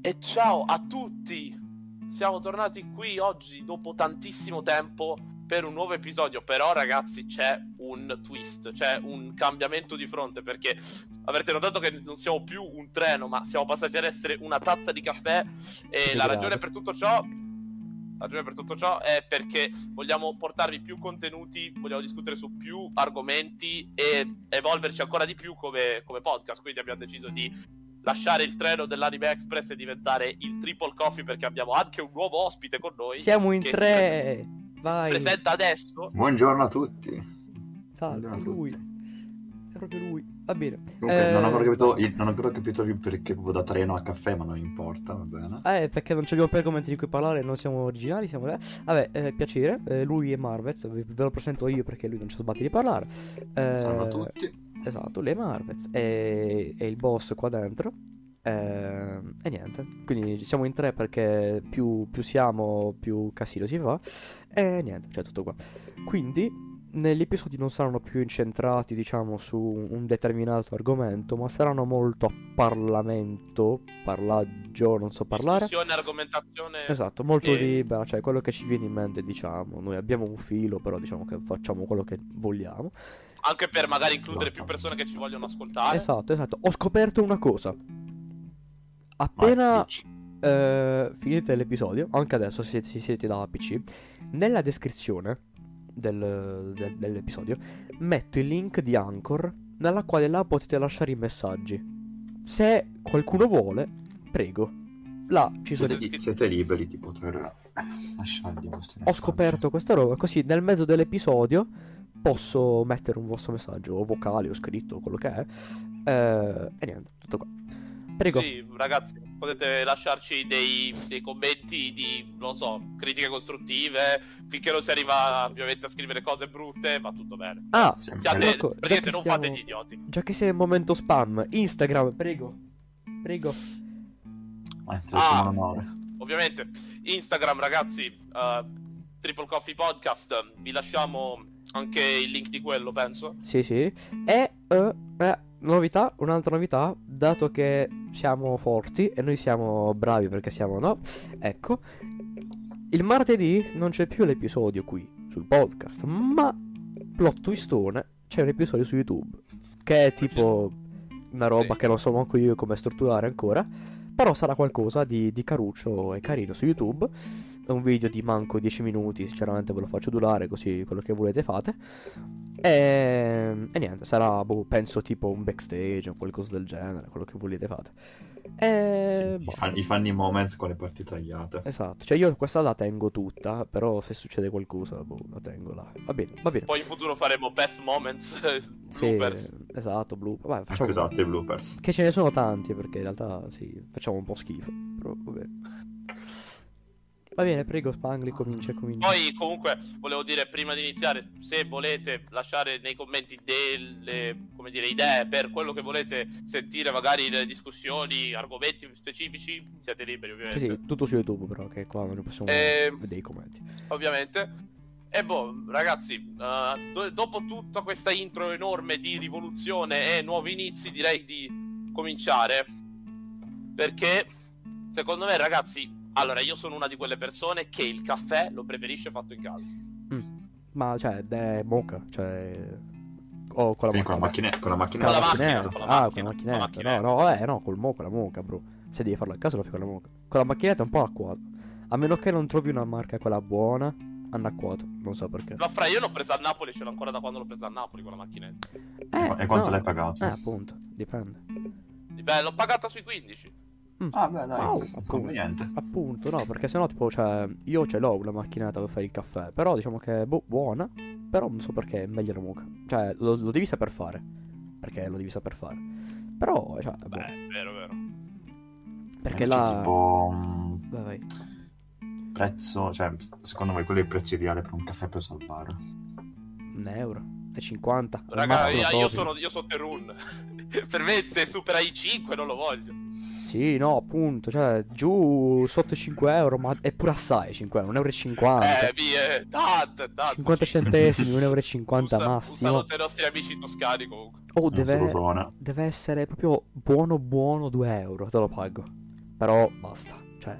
E ciao a tutti! Siamo tornati qui oggi dopo tantissimo tempo per un nuovo episodio. Però ragazzi c'è un twist, c'è un cambiamento di fronte, perché avrete notato che non siamo più un treno, ma siamo passati ad essere una tazza di caffè. E la ragione per tutto ciò è perché vogliamo portarvi più contenuti, vogliamo discutere su più argomenti e evolverci ancora di più come podcast. Quindi abbiamo deciso di lasciare il treno dell'Anime Express e diventare il Triple Coffee, perché abbiamo anche un nuovo ospite con noi. Siamo in tre! Vai! Presenta adesso. Buongiorno a tutti. Salve, Buongiorno a lui. tutti. È proprio lui. Va bene. Comunque non ho ancora capito perché da treno a caffè, ma non importa, va bene. Perché non abbiamo per argomenti di cui parlare, non siamo originali, siamo là. Vabbè, piacere. Lui è Marvez, ve lo presento io perché lui non ci sbatti di parlare. Salve a tutti. Esatto, lui è Marvez, è il boss qua dentro. E niente, quindi siamo in tre perché più siamo, più casino si fa. E niente, c'è tutto qua. Quindi negli episodi non saranno più incentrati, diciamo, su un determinato argomento, ma saranno molto a parlaggio, non so parlare. Discussione, argomentazione. Esatto, molto libera, cioè quello che ci viene in mente, diciamo. Noi abbiamo un filo, però diciamo che facciamo quello che vogliamo. Anche per magari includere più persone che ci vogliono ascoltare. Esatto. Ho scoperto una cosa. Appena finite l'episodio, anche adesso se siete da PC, nella descrizione dell'episodio metto il link di Anchor, nella quale là potete lasciare i messaggi. Se qualcuno vuole, prego. Là ci sono. Siete liberi di poter lasciare i vostri messaggi. Ho scoperto questa roba, così nel mezzo dell'episodio posso mettere un vostro messaggio, o vocale o scritto, o quello che è. E niente, tutto qua. Prego. Sì, ragazzi, potete lasciarci dei commenti di, non so, critiche costruttive, finché non si arriva ovviamente a scrivere cose brutte, va tutto bene. Praticamente non fate gli idioti. Già che sei in momento spam, Instagram, prego. Un onore. Ovviamente, Instagram, ragazzi, Triple Coffee Podcast, vi lasciamo anche il link di quello, penso. Sì. E un'altra novità, dato che siamo forti e noi siamo bravi perché siamo, no? Ecco, il martedì non c'è più l'episodio qui sul podcast, ma plot twistone, c'è un episodio su YouTube che è tipo una roba che non so manco io come strutturare ancora, però sarà qualcosa di caruccio e carino su YouTube. È un video di manco 10 minuti, sinceramente ve lo faccio durare, così quello che volete fate. E niente, sarà penso tipo un backstage o qualcosa del genere, quello che volete fate. I funny moments con le parti tagliate. Esatto, cioè io questa la tengo tutta, però se succede qualcosa la tengo là. Va bene. Poi in futuro faremo best moments, bloopers. Sì, esatto, bloopers. Facciamo... Esatto, i bloopers. Che ce ne sono tanti, perché in realtà sì, facciamo un po' schifo, però vabbè. Va bene, prego Spangli, comincia. Poi comunque volevo dire, prima di iniziare, se volete lasciare nei commenti delle, come dire, idee per quello che volete sentire, magari nelle discussioni, argomenti specifici, siete liberi ovviamente. Sì, tutto su YouTube però, che qua non ne possiamo vedere i commenti. Ovviamente. E ragazzi, dopo tutta questa intro enorme di rivoluzione e nuovi inizi, direi di cominciare, perché secondo me, ragazzi, allora, io sono una di quelle persone che il caffè lo preferisce fatto in casa. Ma cioè, è mocha, cioè o con la macchinetta. Con la macchinetta. No, col mocha, la mocha, bro. Se devi farlo a casa lo fai con la mocha. Con la macchinetta è un po' acquato. A meno che non trovi una marca quella buona, anacquato, non so perché. Ma io l'ho presa a Napoli, ce l'ho ancora da quando l'ho presa a Napoli con la macchinetta. E quanto l'hai pagato? Appunto, dipende. L'ho pagata sui 15. Ah beh dai, conveniente. Appunto, no, perché sennò tipo, cioè, io ce l'ho una macchinetta per fare il caffè, però diciamo che è buona, però non so perché è meglio la moka. Cioè, lo devi saper fare, perché lo devi saper fare. Però, cioè, vero. Perché là tipo vai. Prezzo, cioè, secondo voi quello è il prezzo ideale per un caffè preso al bar? €1,50. Raga, io sono Terun. Per me se supera i 5 non lo voglio. Sì, no, appunto, cioè, giù sotto i €5, ma è pure assai, €5, €1,50. Tanto. 50 centesimi, €1,50 massimo. Un saluto ai nostri amici toscani comunque. Deve essere proprio buono €2, te lo pago. Però basta. Cioè,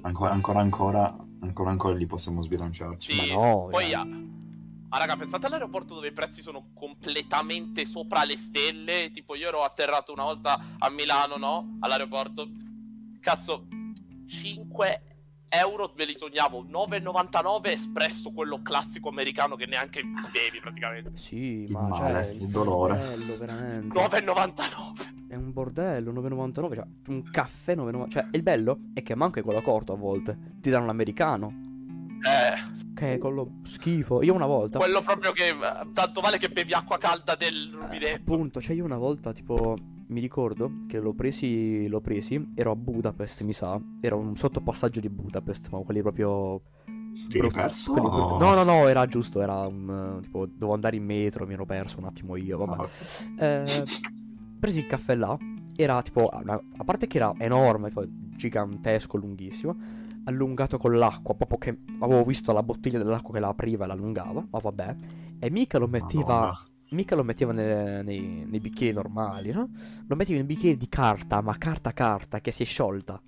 ancora lì possiamo sbilanciarci. Sì, ma no, poi raga, pensate all'aeroporto dove i prezzi sono completamente sopra le stelle. Tipo, io ero atterrato una volta a Milano, no? All'aeroporto. Cazzo, 5 euro me li sognavo. 9,99 espresso, quello classico americano che neanche bevi praticamente. Sì, Il ma male, cioè, il dolore. Bordello, veramente. 9,99. È un bordello, 9,99, cioè un caffè 9,99. Cioè, il bello è che manca quello corto a volte. Ti danno l'americano. Che è quello schifo. Io una volta. Quello proprio che tanto vale che bevi acqua calda del rubinetto. Appunto, cioè io una volta, tipo, mi ricordo che l'ho presi, ero a Budapest, mi sa. Era un sottopassaggio di Budapest, ma quelli proprio... Ti eri perso? No, era giusto, era un... tipo, dovevo andare in metro, mi ero perso un attimo io, vabbè. Presi il caffè là, era tipo, a parte che era enorme, poi gigantesco, lunghissimo, allungato con l'acqua, proprio che avevo visto la bottiglia dell'acqua che la apriva e l'allungava, ma vabbè, e mica lo metteva nei bicchieri normali, no? Lo metteva in bicchieri di carta, ma carta che si è sciolta.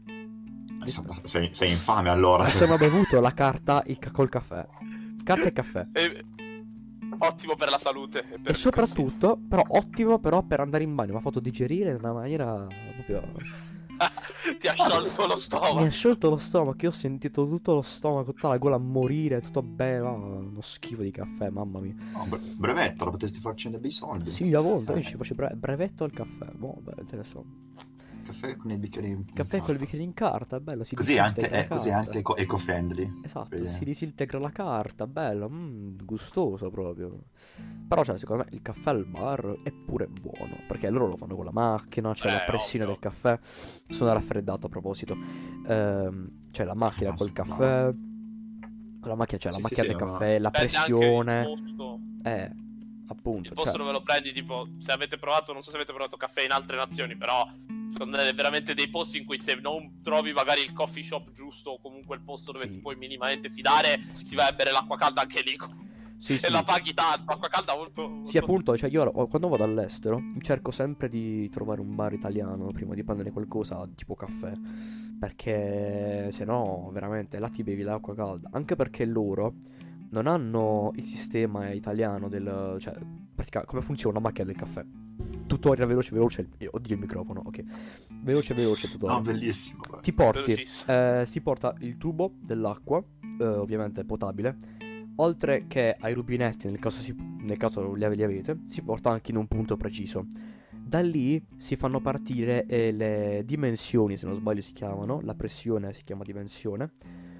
Sei infame allora. Sono bevuto la carta col caffè. Carta e caffè. Ottimo per la salute. E soprattutto, però ottimo però per andare in bagno. Mi ha fatto digerire in una maniera proprio... Ti ha sciolto lo stomaco. Mi ha sciolto lo stomaco. Io ho sentito tutto lo stomaco, tutta la gola a morire. Tutto bello. Uno schifo di caffè, mamma mia. No, brevetto, lo potresti farci dei soldi. Sì, a volte ci faccio brevetto al caffè. Boh, beh, interessante. Caffè con i bicchieri in caffè con i bicchieri in carta, bello. Così anche eco-friendly. Esatto, si disintegra la carta, bello, gustoso proprio. Però cioè, secondo me il caffè al bar è pure buono, perché loro lo fanno con la macchina, c'è la pressione del caffè. Sono raffreddato a proposito. C'è la macchina col caffè. Con la macchina c'è la macchina del caffè, la pressione. Appunto. Il posto dove lo prendi, tipo, se avete provato, non so se avete provato caffè in altre nazioni, però sono veramente dei posti in cui se non trovi magari il coffee shop giusto o comunque il posto dove ti puoi minimamente fidare, ti vai a bere l'acqua calda anche lì. E la paghi tanto, acqua calda molto... Sì, appunto, cioè io quando vado all'estero cerco sempre di trovare un bar italiano prima di prendere qualcosa tipo caffè, perché se no veramente là ti bevi l'acqua calda, anche perché loro non hanno il sistema italiano del... cioè, praticamente come funziona una macchina del caffè. Tutorial veloce, oddio il microfono, ok. Veloce tutorial. No, bellissimo. Ti porti, si porta il tubo dell'acqua, ovviamente potabile. Oltre che ai rubinetti, nel caso li avete, si porta anche in un punto preciso. Da lì si fanno partire le dimensioni, se non sbaglio si chiamano. La pressione si chiama dimensione.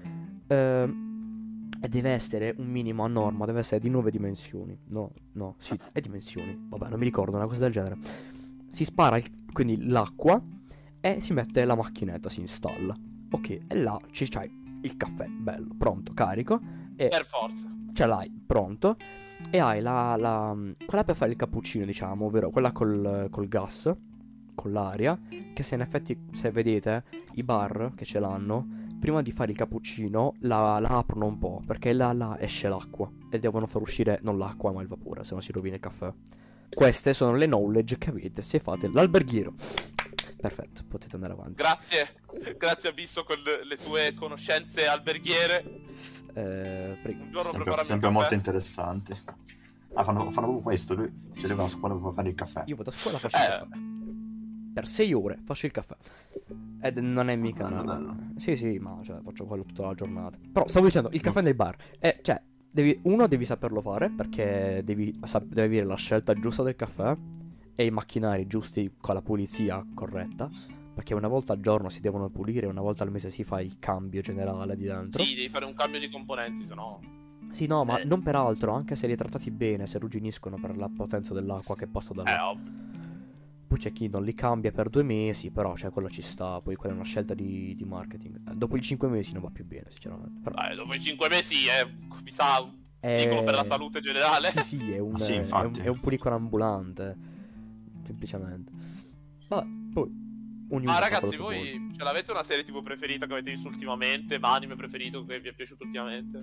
E deve essere un minimo a norma, deve essere di 9 dimensioni. No, sì, è dimensioni. Vabbè, non mi ricordo, una cosa del genere. Si spara quindi l'acqua e si mette la macchinetta, si installa. Ok, e là c'hai il caffè, bello, pronto, carico. E per forza. Ce l'hai, pronto. E hai quella per fare il cappuccino, diciamo, ovvero quella col gas, con l'aria. Che se in effetti, se vedete, i bar che ce l'hanno, prima di fare il cappuccino la aprono un po', perché là esce l'acqua e devono far uscire non l'acqua ma il vapore, se no si rovina il caffè. Queste sono le knowledge che avete se fate l'alberghiero. Perfetto, potete andare avanti. Grazie Abisso con le tue conoscenze alberghiere. Prego. Un giorno sempre molto interessanti. Fanno proprio questo, lui va a scuola per fare il caffè. Io vado a scuola e faccio il caffè. Per 6 ore faccio il caffè. Ed non è mica bello. Sì, ma cioè, faccio quello tutta la giornata. Però stavo dicendo, il caffè nel bar. Cioè, devi saperlo fare, perché devi avere la scelta giusta del caffè e i macchinari giusti con la pulizia corretta. Perché una volta al giorno si devono pulire, una volta al mese si fa il cambio generale di dentro. Sì, devi fare un cambio di componenti, sennò... Sì, no, ma non per altro, anche se li hai trattati bene, se arrugginiscono per la potenza dell'acqua che passa da là. Ovvio. Poi c'è chi non li cambia per 2 mesi, però cioè quello ci sta, poi quella è una scelta di marketing. Dopo i 5 mesi non va più bene, sinceramente. Però... dopo i 5 mesi mi sa pericolo per la salute generale. Sì, è un pulicolo ambulante, semplicemente. Vabbè, poi... Ma ragazzi, voi ce l'avete una serie TV preferita che avete visto ultimamente? Ma anime preferito che vi è piaciuto ultimamente?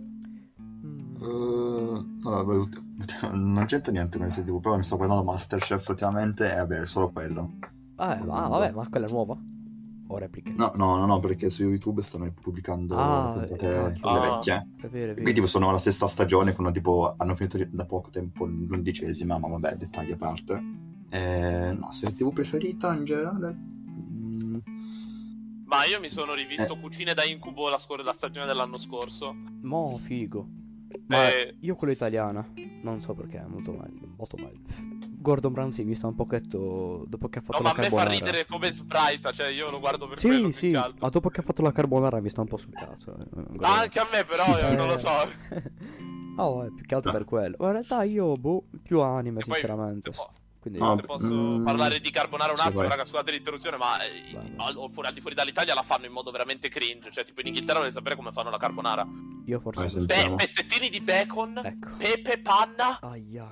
Non c'entra niente con le serie TV, però mi sto guardando Masterchef ultimamente e vabbè, solo quello. Vabbè, ma quella è nuova? o repliche? No, perché su YouTube stanno pubblicando le puntate le vecchie. È vero. Quindi tipo sono alla sesta stagione, quando tipo hanno finito da poco tempo l'11ª, ma vabbè, dettagli a parte. No, serie TV preferita in generale? Ma io mi sono rivisto Cucine da Incubo la stagione dell'anno scorso. Mo figo. Ma io quello italiana, non so perché, molto meglio. Gordon Ramsay mi sta un pochetto dopo che ha fatto la carbonara. Ma a me fa ridere come Sprite, cioè io lo guardo per quello più che altro. Ma dopo che ha fatto la carbonara mi sta un po' sul cazzo. Anche a me però, non lo so. Più che altro per quello. Ma in realtà io, più anime, sinceramente. Quindi se posso parlare di carbonara un attimo, raga, scusate l'interruzione, ma al di fuori dall'Italia la fanno in modo veramente cringe. Cioè, tipo in Inghilterra volete sapere come fanno la carbonara? Io forse pezzettini di bacon, ecco. pepe, panna. Aia.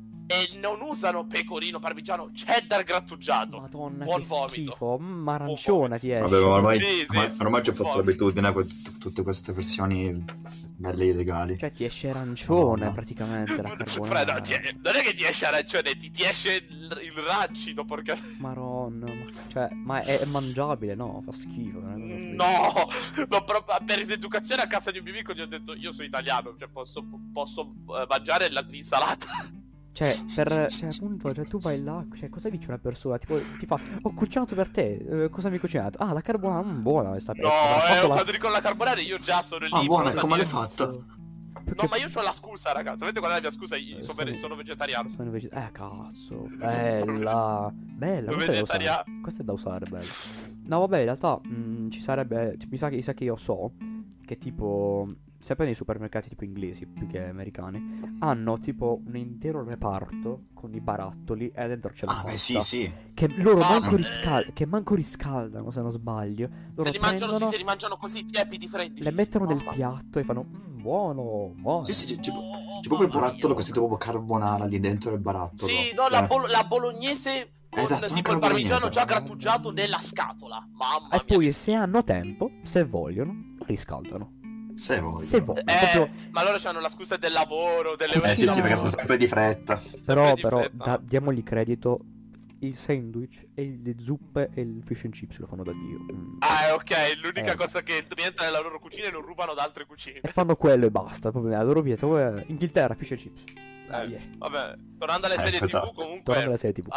E non usano pecorino, parmigiano, cheddar grattugiato. Madonna, buon che vomito. Schifo. Arancione ti esce. Vabbè, ormai ci ho fatto l'abitudine con tutte queste versioni belle illegali. Cioè ti esce arancione praticamente la carbonara. Non è che ti esce arancione, ti esce il rancido, porca. Maronna. Cioè, ma è mangiabile, no? Fa schifo. No, proprio per l'educazione a casa di un mio amico gli ho detto io sono italiano, cioè posso mangiare l'insalata. Cioè, appunto, tu vai là, cioè, cosa dice una persona? Tipo, ti fa, ho cucinato per te, cosa mi hai cucinato? Ah, la carbonara, buona questa. Quando dico la carbonara io già sono lì. Buona, come l'hai fatta? No, ma io c'ho la scusa, ragazzi. Sapete qual è la mia scusa? Sono vegetariano. Cazzo. Bella. Questa è da usare, bella. No, vabbè, in realtà ci sarebbe. Mi sa che io so che tipo. Sempre nei supermercati tipo inglesi più che americani hanno tipo un intero reparto con i barattoli e dentro c'è la pasta. Sì. Che loro manco riscaldano, se non sbaglio. Loro se li mangiano così tiepidi, freddi. Le mettono nel piatto e fanno buono. Sì, c'è proprio il barattolo così tipo carbonara lì dentro il barattolo. Sì, no, la bolognese con tipo il parmigiano già grattugiato nella scatola. Mamma mia. E poi se hanno tempo, se vogliono, la riscaldano. Se voglio. Proprio... Ma loro hanno la scusa del lavoro, delle ore. Sì, perché sono sempre di fretta. Però diamogli credito. Il sandwich e le zuppe e il fish and chips lo fanno da Dio. Ok, l'unica cosa che rientra nella loro cucina e non rubano da altre cucine. E fanno quello e basta. Proprio nella loro vita. Inghilterra, fish and chips. Vabbè, tornando alle serie TV comunque. Tornando alle serie TV.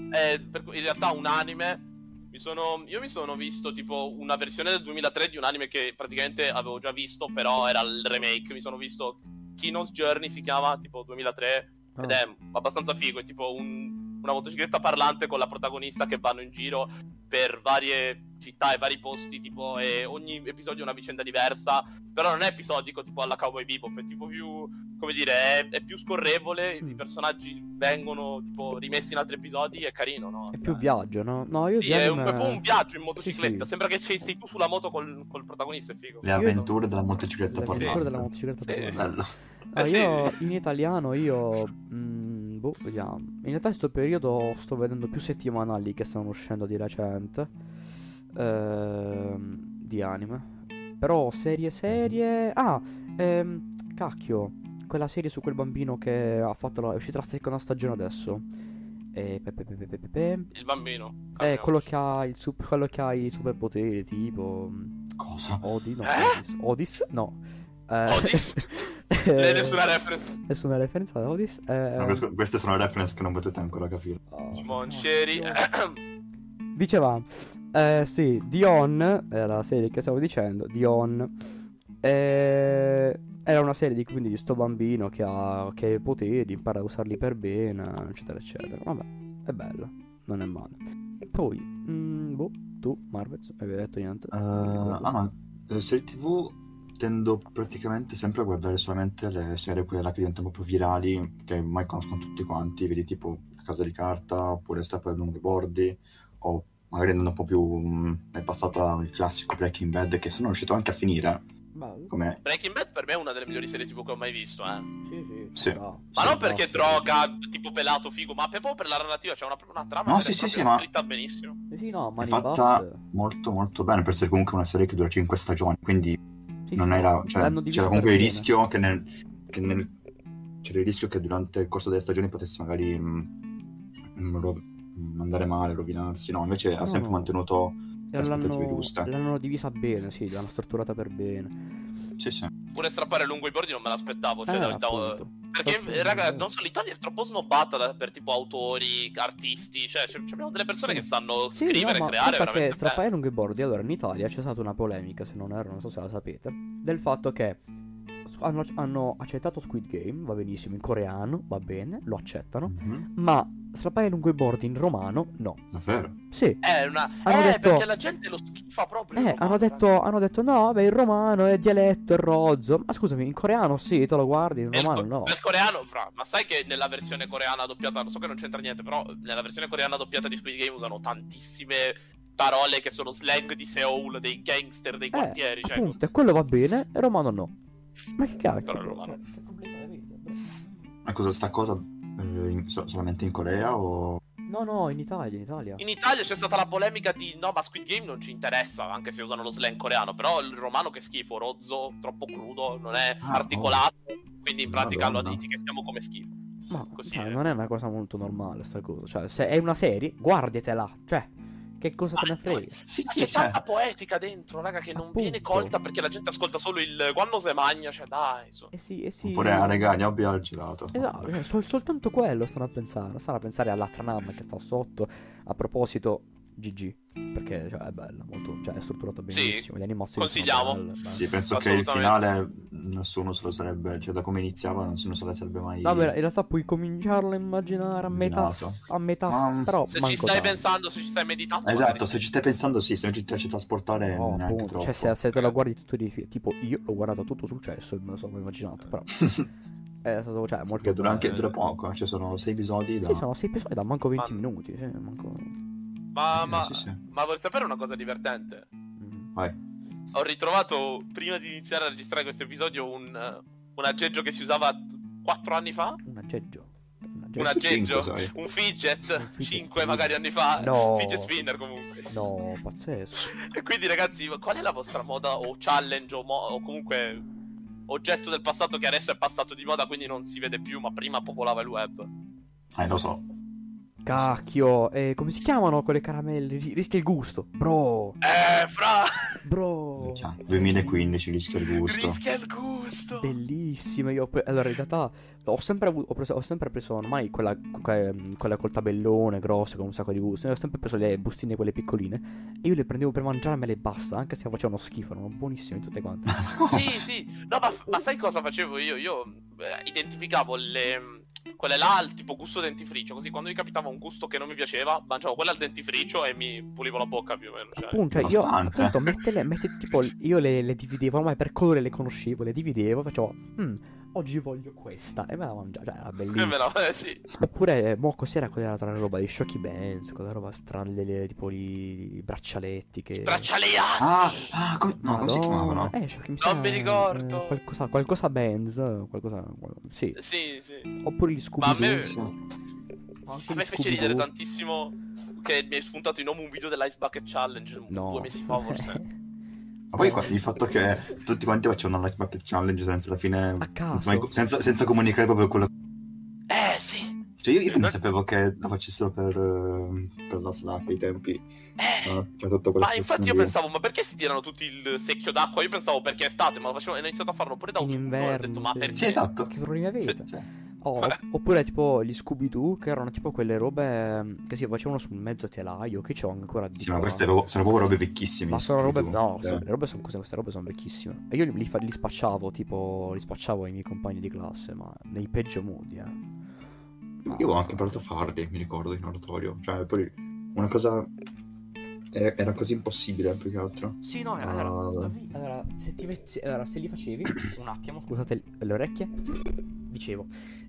In realtà un anime. Io mi sono visto tipo una versione del 2003 di un anime che praticamente avevo già visto, però era il remake. Mi sono visto Kino's Journey, si chiama, tipo 2003, ed è abbastanza figo. È tipo una motocicletta parlante con la protagonista che vanno in giro per varie città e vari posti, tipo, e ogni episodio è una vicenda diversa. Però non è episodico tipo alla Cowboy Bebop, è tipo più, come dire, è più scorrevole. I personaggi vengono tipo rimessi in altri episodi, è carino, no? È più viaggio, no? No, io è un po' un viaggio in motocicletta. Sì. Sembra che sei tu sulla moto col protagonista, è figo. Le avventure della motocicletta parlante. Le avventure della motocicletta parlante. Bello. Io in italiano vediamo. In realtà in questo periodo sto vedendo più settimanali che stanno uscendo di recente di anime. Però serie cacchio, quella serie su quel bambino che ha fatto è uscita la seconda stagione adesso. Il bambino. Quello che ha i superpoteri tipo cosa? Odis? No. Odis? Nessuna referenza ad Odis. Queste sono reference che non potete ancora capire. Smonceri. Dicevamo, sì, Dion era la serie che stavo dicendo. Dion era una serie quindi di sto bambino che ha i poteri, impara a usarli per bene, eccetera eccetera. Vabbè, è bella, non è male. Poi tu Marvez avevi detto niente? No, serie TV tendo praticamente sempre a guardare solamente le serie quelle là che diventano proprio virali, che ormai conoscono tutti quanti, vedi tipo La Casa di Carta oppure Strappo dai lunghi bordi, o magari andando un po' più nel passato il classico Breaking Bad, che sono riuscito anche a finire. Come... Breaking Bad per me è una delle migliori serie TV che ho mai visto, Sì. Ma non perché droga, tipo pelato, figo, ma proprio per la narrativa, c'è proprio una trama scritta benissimo. Sì, no, ma è fatta molto molto bene, per essere comunque una serie che dura 5 stagioni, quindi non era, cioè, c'era comunque il rischio c'era il rischio che durante il corso delle stagioni potesse magari andare male, rovinarsi. No, invece ha sempre mantenuto aspettative giuste. L'hanno divisa bene, sì, l'hanno strutturata per bene. Sì. Pure strappare lungo i bordi non me l'aspettavo, cioè, la verità, appunto. perché, raga, non so, l'Italia è troppo snobbata per tipo autori, artisti, cioè, abbiamo delle persone Sì. che sanno Sì, scrivere no, e ma creare pensa che veramente strappare bene. lungo i bordi, allora in Italia c'è stata una polemica, se non erro, non so se la sapete, del fatto che hanno accettato Squid Game, va benissimo, in coreano, va bene, lo accettano, Mhm. ma strappare lungo i bordi in romano, no. Davvero? Sì, hanno detto... Perché la gente lo schifa proprio il romano, hanno detto no, vabbè, il romano è dialetto, è rozzo. Ma scusami, in coreano sì, te lo guardi, in romano no. Nel coreano, ma sai che nella versione coreana doppiata, so che non c'entra niente, però nella versione coreana doppiata di Squid Game usano tantissime parole che sono slang di Seoul, dei gangster, dei quartieri, cioè, appunto, e quello va bene, e romano no. Ma che cacchio? però il romano. Che problema avete, bro? Ma cosa, sta cosa solamente in Corea o... No, in Italia, in Italia. In Italia c'è stata la polemica di no, ma Squid Game non ci interessa, anche se usano lo slang coreano, però il romano che schifo, rozzo, troppo crudo, non è articolato, quindi in pratica lo Madonna. etichetiamo come schifo. Ma Così cioè, è. non è una cosa molto normale sta cosa. Cioè, se è una serie, guardatela. Cioè, che cosa te ne frega? Sì, Ma sì, c'è cioè... tanta poetica dentro, raga, che non viene Appunto. colta perché la gente ascolta solo il quando se magna, cioè dai, su. Sì. Oppure, raga, andiamo a beere il gelato. Esatto, soltanto quello stanno a pensare all'altra nam che sta sotto. A proposito, GG, perché cioè, è bella, molto, cioè è strutturata benissimo, le animazioni consigliamo. sono belle. Sì, penso che il Assolutamente. finale nessuno se lo sarebbe... Cioè, da come iniziava nessuno se lo sarebbe mai... No, in realtà puoi cominciarlo a immaginare Immaginato. a metà, Ma- però Se ci manco stai tanto. pensando, se ci stai meditando, magari Esatto, se ci stai pensando sì, se non ci piace trasportare No, neanche appunto, troppo. cioè se te lo guardi tutto di fila, tipo io l'ho guardato tutto sul cesso e me lo sono immaginato, però è stato, cioè, molto Perché dura, bello. dura poco, ci sono 6 episodi da... Sì, sono 6 episodi da manco 20 Ma- minuti, sì, manco... Sì. Ma vuoi sapere una cosa divertente? Mm. Vai. Ho ritrovato, prima di iniziare a registrare questo episodio, un aggeggio che si usava 4 anni fa. Un aggeggio. Un Forse aggeggio, cinque, sai. un fidget, Un fidget 5 spinner. magari anni fa. No. Fidget spinner comunque. No, pazzesco. E quindi ragazzi, qual è la vostra moda o challenge o comunque oggetto del passato che adesso è passato di moda, quindi non si vede più, ma prima popolava il web? Lo so. Cacchio, come si chiamano quelle caramelle? Rischia il gusto. Bro, Fra! bro. Cioè, 2015 rischia il gusto. Rischia il gusto! Bellissime. Allora, in realtà ho sempre preso ormai quella col tabellone grosso con un sacco di gusto. Ho sempre preso le bustine quelle piccoline. E io le prendevo per mangiarmele e basta. Anche se facevano schifo, erano buonissime tutte quante. Sì. No, ma sai cosa facevo io? Io identificavo quelle là al tipo gusto dentifricio, così quando mi capitava un gusto che non mi piaceva, mangiavo quella al dentifricio e mi pulivo la bocca più o meno. Cioè. Appunto, io Devastante. appunto tipo io le dividevo, ormai per colore le conoscevo, le dividevo, facevo oggi voglio questa e me la mangiavo, cioè era bellissima. Sì. Oppure mo cos'era quella tra roba di Shocky Benz, quella roba strana tipo i braccialetti che Braccialeazzi! Come si chiamavano? Non mi ricordo. Qualcosa Benz, sì. Sì. Oppure gli Ma a me, Scooby-Doo. Anche a gli me fece ridere Scooby-Doo. tantissimo che mi hai spuntato in nome un video dell'Ice Bucket Challenge No. 2 mesi fa forse. Ma poi il fatto che tutti quanti facevano l'Ice Bucket Challenge senza alla fine... A caso. Senza comunicare proprio quello... Sì. Cioè io che ne sapevo che lo facessero per la Slack ai tempi. Cioè tutta quella Ma infatti situazione io lì. pensavo, ma perché si tirano tutti il secchio d'acqua? Io pensavo perché è estate, ma lo facevano, hanno iniziato a farlo pure da In autunno. E ho detto, inverno, ma sì. perché? Sì, esatto. Che problemi avete? Cioè, Oppure tipo gli Scooby-Doo che erano tipo quelle robe che si facevano sul mezzo telaio, che c'ho ancora di sì, ma qua. queste sono proprio robe vecchissime. Ma sono robe, no, Cioè, queste robe sono vecchissime. E io li spacciavo, tipo, li spacciavo ai miei compagni di classe, ma nei peggio modi, io ho anche provato a farli, mi ricordo, in oratorio. Cioè, poi una cosa... Era così impossibile, più che altro. Sì, no, allora, se li facevi, un attimo, scusate le orecchie, dicevo,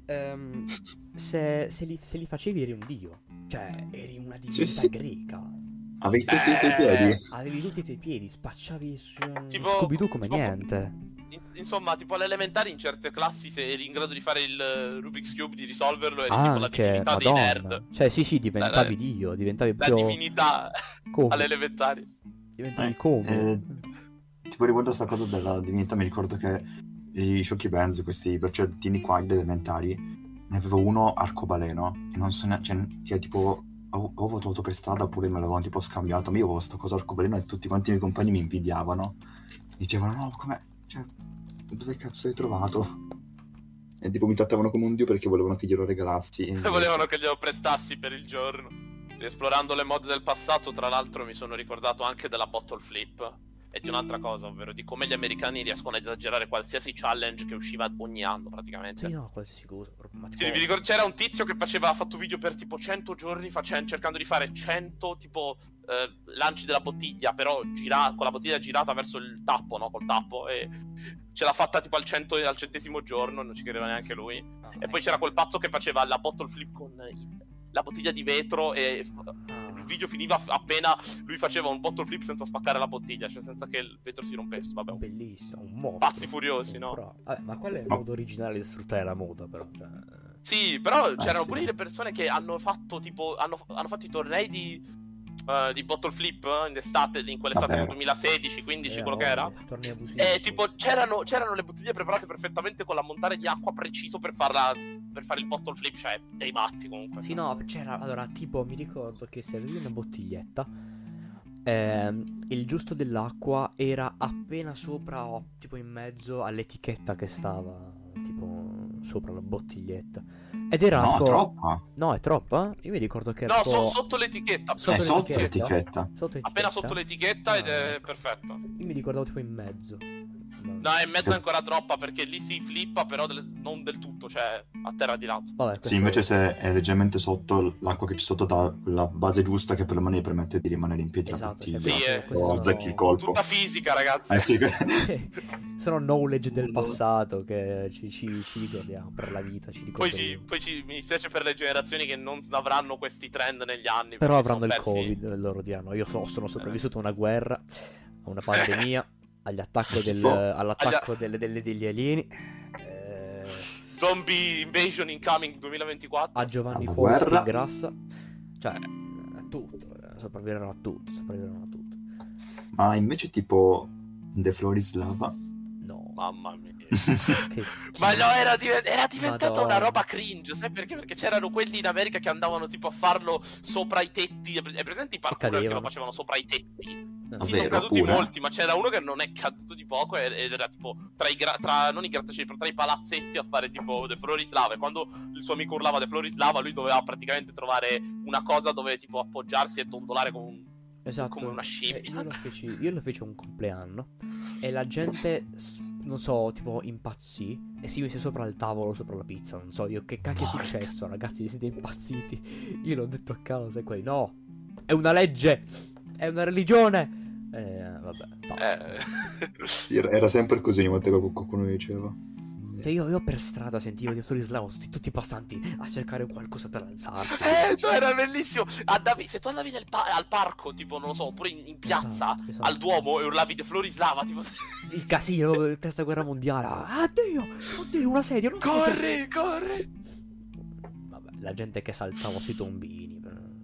se li facevi eri un dio, cioè eri una divinità Sì. greca. Avevi tutti i tuoi piedi? Avevi tutti i tuoi piedi, spacciavi Tipo- Scooby-Doo come tipo- niente. Insomma, tipo alle elementari in certe classi se eri in grado di fare il Rubik's Cube, di risolverlo, eri tipo la Anche, divinità dei nerd. madonna. Cioè, sì, diventavi La- dio, diventavi La proprio... divinità Come? alle elementari. Diventavi come? Tipo riguardo a sta cosa della divinità, mi ricordo che i Shocky Bands, questi braccialettini qua, gli elementari, ne avevo uno arcobaleno, che non so cioè, che tipo avevo trovato per strada oppure me l'avevano tipo scambiato, ma io avevo sta cosa arcobaleno e tutti quanti i miei compagni mi invidiavano. Dicevano, no, com'è? Cioè, dove cazzo hai trovato? E tipo mi trattavano come un dio perché volevano che glielo regalassi. E invece... Volevano che glielo prestassi per il giorno. Esplorando le mod del passato, tra l'altro, mi sono ricordato anche della bottle flip e di un'altra cosa, ovvero di come gli americani riescono a esagerare qualsiasi challenge che usciva ogni anno, praticamente. Sì, no, qualsiasi cosa. Ma tipo... Sì, vi ricordo, c'era un tizio che ha fatto video per tipo 100 giorni cercando di fare 100 tipo lanci della bottiglia, però con la bottiglia girata verso il tappo, no? Col tappo, e ce l'ha fatta tipo al 100° giorno, non ci credeva neanche lui. E poi c'era quel pazzo che faceva la bottle flip con la bottiglia di vetro e il video finiva appena lui faceva un bottle flip senza spaccare la bottiglia, cioè senza che il vetro si rompesse. Vabbè, bellissimo, un mostro. Pazzi furiosi, no? Vabbè, ma quello è il modo originale di sfruttare la moda, però. Cioè... Sì, però c'erano sì. pure le persone che hanno fatto tipo hanno fatto i tornei di bottle flip in estate, in quell'estate del 2016-15, quello che era. E tipo c'erano le bottiglie preparate perfettamente con l'ammontare di acqua preciso per fare il bottle flip, cioè dei matti comunque. Sì, no, c'era, allora, tipo, mi ricordo che se avevi una bottiglietta, il giusto dell'acqua era appena sopra, tipo in mezzo all'etichetta che stava, tipo, sopra la bottiglietta. Ed era No, tipo... troppa. No, è troppa? Io mi ricordo che era No, tipo... sotto l'etichetta. Sotto l'etichetta. Appena sotto l'etichetta ed è perfetto. Io mi ricordavo tipo in mezzo. No, in mezzo è ancora troppa perché lì si flippa, però non del tutto, cioè a terra di lato. Vabbè, Sì, invece se è leggermente sotto, l'acqua che c'è sotto dà la base giusta che perlomeno gli permette di rimanere in piedi la Esatto, bottiglia. sì, o azzecchi il colpo. Tutta fisica, ragazzi. Sì. Sono knowledge del passato che ci ricordiamo per la vita, ci ricordiamo. Poi mi dispiace per le generazioni che non avranno questi trend negli anni. Però avranno il Covid, loro diranno. Io sono sopravvissuto a una guerra, a una pandemia, all'attacco degli alieni. Zombie Invasion Incoming 2024. A Giovanni Fausti in grassa. Cioè, a tutto. Sopravviveranno a tutto. Ma invece tipo The Floor is Lava. No. Mamma mia. Che ma no, era diventata Madonna. una roba cringe. Sai perché? Perché c'erano quelli in America che andavano tipo a farlo sopra i tetti. È presente i parkour che lo facevano sopra i tetti? Sì, sono caduti molti, ma c'era uno che non è caduto di poco ed era tipo non i grattacieli, però tra i palazzetti a fare tipo The Floor is Lava. E quando il suo amico urlava The Floor is Lava, lui doveva praticamente trovare una cosa dove tipo appoggiarsi e dondolare come una scimmia. Io lo feci un compleanno e la gente, non so, tipo impazzì e si mise sopra il tavolo, sopra la pizza. Non so io che cacchio è successo, ragazzi, siete impazziti. Io l'ho detto a caso e quelli no, è una legge, è una religione. Vabbè, Sì, era sempre così ogni volta che qualcuno diceva. Io per strada sentivo di Florislavo tutti i passanti a cercare qualcosa per alzarsi. Era bellissimo. Se tu andavi al parco, tipo, non lo so, oppure in piazza, esatto. al Duomo, e urlavi The Florislava, tipo... Il casino, terza guerra mondiale. Oddio, una sedia. Non corri! Vabbè, la gente che saltava sui tombini.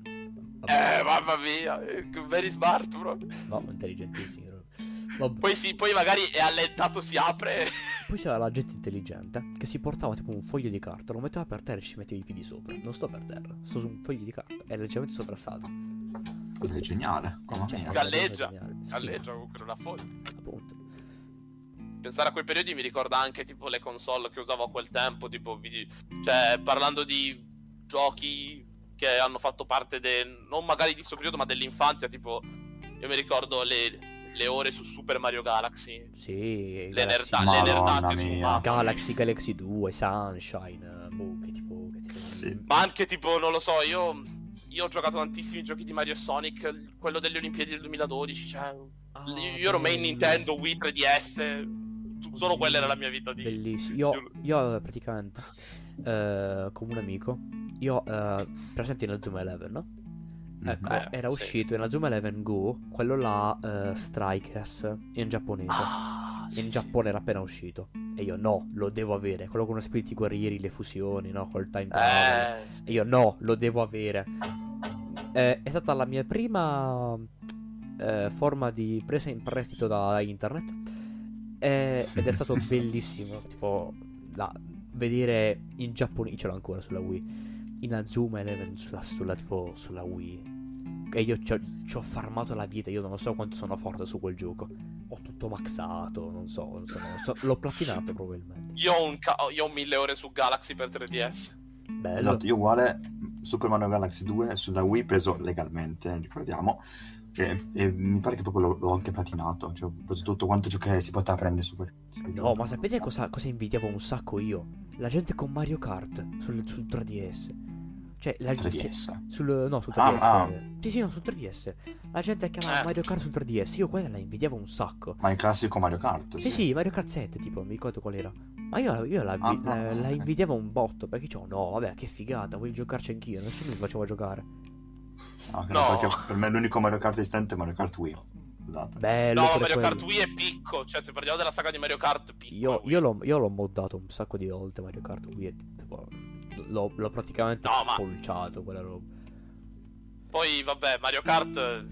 Mamma mia, very smart, bro. No, intelligentissimo. Poi magari è allentato, si apre. Poi c'era la gente intelligente che si portava tipo un foglio di carta, lo metteva per terra e ci metteva i piedi sopra. Non sto per terra, sto su un foglio di carta. È leggermente soprassalto. È geniale. Galleggia comunque una foglia. Appunto. Pensare a quei periodi mi ricorda anche tipo le console che usavo a quel tempo, tipo cioè parlando di giochi che hanno fatto parte non magari di questo periodo ma dell'infanzia, tipo io mi ricordo le ore su Super Mario Galaxy. Sì, le nerdate su Galaxy 2, Sunshine, che tipo sì. Ma anche tipo, non lo so, io ho giocato tantissimi giochi di Mario e Sonic, quello delle Olimpiadi del 2012, cioè io ero main Nintendo, Wii, 3DS, solo quella era la mia vita di... Bellissimo. Io praticamente con un amico, presente nella Zoom 11, no? Ecco, era uscito nella Zoom 11 Go, quello là, Strikers, in giapponese. In Giappone era appena uscito. E io no, lo devo avere. Quello con lo spiriti guerrieri, le fusioni, no? Col time travel. E io no, lo devo avere. È stata la mia prima forma di presa in prestito da internet. Ed è stato bellissimo. Tipo, vedere in giapponese, ce l'ho ancora sulla Wii. Inazuma Eleven sulla Wii. E io ci ho farmato la vita. Io non so quanto sono forte su quel gioco. Ho tutto maxato. Non so, l'ho platinato probabilmente. Io ho 1000 ore su Galaxy per 3DS. Bello. Esatto, io uguale. Super Mario Galaxy 2 sulla Wii preso legalmente, ricordiamo. E mi pare che proprio l'ho anche platinato. Cioè, ho preso tutto quanto ciò che si poteva prendere su quel. No, ma sapete cosa invidiavo un sacco io? La gente con Mario Kart sul 3DS. Cioè, la 3DS. sul 3DS. Sì, no, sul 3DS. La gente che ha Mario Kart sul 3DS. Io quella la invidiavo un sacco. Ma il classico Mario Kart? Sì, Mario Kart 7, tipo, mi ricordo qual era. Ma io la invidiavo un botto. Perché dicevo, no, vabbè, che figata, voglio giocarci anch'io. Nessuno mi faceva giocare. No, No. perché per me l'unico Mario Kart esistente è Mario Kart Wii. Scusate. Bello. No, pure Mario quello. Kart Wii è picco. Cioè, se parliamo della saga di Mario Kart, picco. Io l'ho moddato un sacco di volte Mario Kart Wii. Tipo, l'ho praticamente No, ma- spolciato quella roba. Poi, vabbè, Mario Kart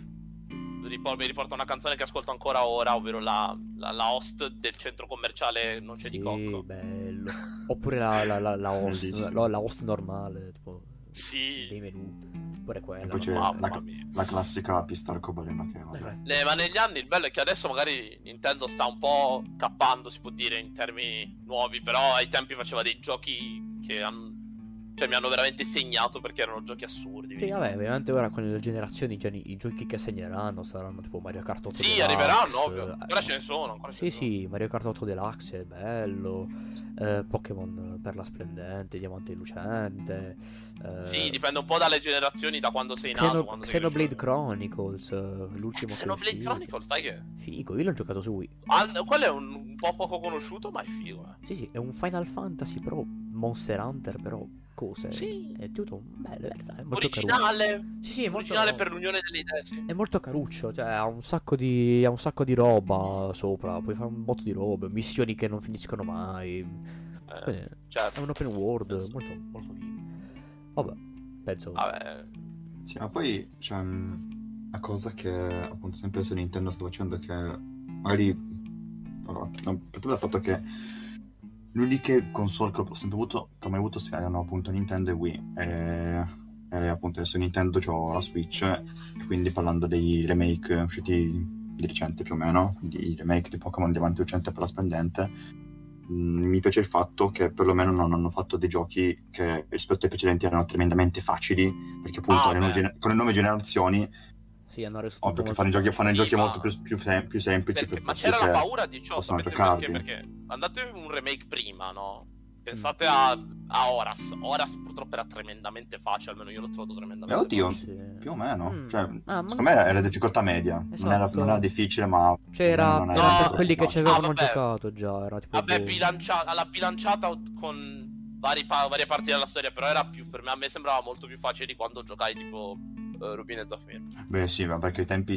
mi riporta una canzone che ascolto ancora ora, ovvero la host del centro commerciale Non c'è di Sì, cocco. bello. Oppure la host, Bellissimo. la host normale, tipo Sì. dei menu. Pure E quella. poi c'è Mamma mia. la classica pista arcobaleno che vabbè. Ma negli anni il bello è che adesso magari Nintendo sta un po' cappando, si può dire, in termini nuovi, però ai tempi faceva dei giochi che cioè, mi hanno veramente segnato perché erano giochi assurdi. Sì, vabbè, ovviamente ora con le generazioni i giochi che segneranno saranno tipo Mario Kart 8 Sì, Deluxe, arriveranno, ovvio. Ancora ce ne sono. Ancora ce Sì, ne sono. sì, Mario Kart 8 Deluxe è bello. Pokémon Perla Splendente, Diamante Lucente. Sì, dipende un po' dalle generazioni, da quando sei nato. Quando sei Xenoblade cresciuto. Chronicles, l'ultimo che è Xenoblade uscito. Chronicles, sai che? Figo, io l'ho giocato su Wii. Quello è un po' poco conosciuto, ma è figo, Sì, sì, è un Final Fantasy però Monster Hunter però cose. Sì. È tutto bello, è molto caruccio. Originale. Sì, sì, è molto Originale per l'unione delle idee, sì. È molto caruccio, cioè ha un sacco di roba sopra, puoi fare un botto di robe, missioni che non finiscono mai. Quindi, Certo. è un open world, Penso. molto molto figo. Vabbè, penso. Vabbè. Sì, ma poi c'è una cosa che appunto sempre su Nintendo sto facendo che magari allora, partendo dal fatto che le uniche console che ho sempre avuto, che ho mai avuto erano appunto Nintendo e Wii e appunto adesso Nintendo c'ho la Switch e quindi parlando dei remake usciti di recente più o meno, quindi i remake di Pokémon Diamante Lucente per la Splendente, mi piace il fatto che perlomeno non hanno fatto dei giochi che rispetto ai precedenti erano tremendamente facili, perché appunto con le nuove generazioni Sì, hanno reso ovvio tutto che fanno i giochi ma- molto più semplici Perché, per ma far sì c'era la che paura di ciò, possano sapete giocarli. perché? Andate un remake prima, no? Pensate a Horas. Horas purtroppo era tremendamente facile, almeno io l'ho trovato tremendamente oddio, facile. Sì. più o meno. Cioè, ma- secondo me era difficoltà media. Esatto. Non era difficile, ma Cioè più o meno non era per troppo quelli che ci facile. avevano vabbè. giocato già, era tipo Vabbè, boh. alla bilanciata con varie parti della storia, però era più per me, a me sembrava molto più facile di quando giocai tipo Rubino e Zaffiro. Beh, sì, ma perché ai tempi,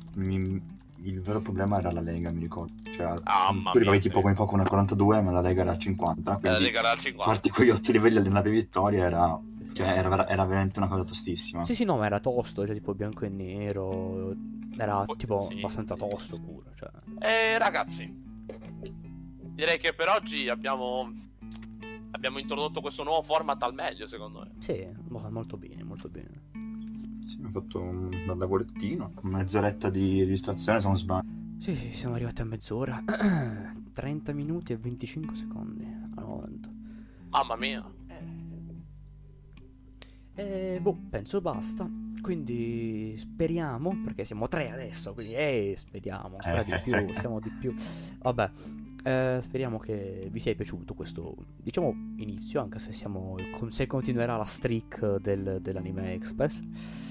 il vero problema era la Lega, mi ricordo. Cioè, Mamma tu arrivavi mia, tipo sì. con il Pokémon al 42, ma la Lega era al 50, La quindi Lega era al 50. farti quegli 8 livelli alle nave vittoria era veramente una cosa tostissima. Sì, sì, no, ma era tosto, cioè tipo bianco e nero. Era Poi- tipo sì. abbastanza tosto pure, cioè. Ragazzi, direi che per oggi abbiamo introdotto questo nuovo format al meglio, secondo me. Sì, molto bene, molto bene. Sì, mi ho fatto un bel lavorettino, mezz'oretta di registrazione, se non sbaglio. Sì, sì, siamo arrivati a mezz'ora. 30 minuti e 25 secondi al momento. Mamma mia. Boh, penso basta. Quindi speriamo, perché siamo 3 adesso, quindi speriamo, ancora di più, siamo di più. Vabbè, speriamo che vi sia piaciuto questo, diciamo, inizio, anche se se continuerà la streak dell'Anime Express.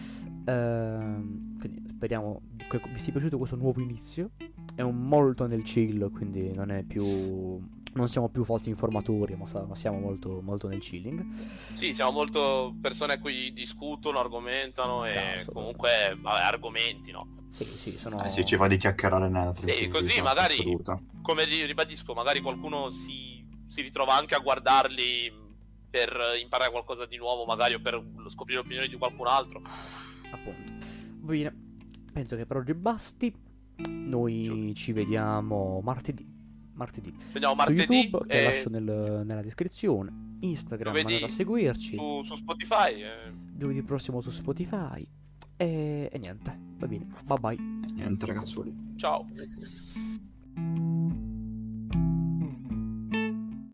Quindi speriamo che vi sia piaciuto questo nuovo inizio. È un molto nel chill, quindi non siamo più falsi informatori, ma siamo molto, molto nel chilling. Sì, siamo molto persone a cui discutono, argomentano e Caso, comunque vabbè, argomenti, no? Sì, sì, sono... Sì, ci va di chiacchierare nella tranquillità così magari, assoluta. come ribadisco, magari qualcuno si ritrova anche a guardarli per imparare qualcosa di nuovo, magari, o per scoprire l'opinione di qualcun altro. Appunto. Va bene, penso che per oggi basti. Noi ci vediamo martedì. martedì. Vediamo Su martedì. YouTube, che lascio nella descrizione. Instagram, Giovedì andate a seguirci. su Spotify. Giovedì prossimo su Spotify. E niente, va bene. Bye bye. Niente, ragazzuoli. Ciao.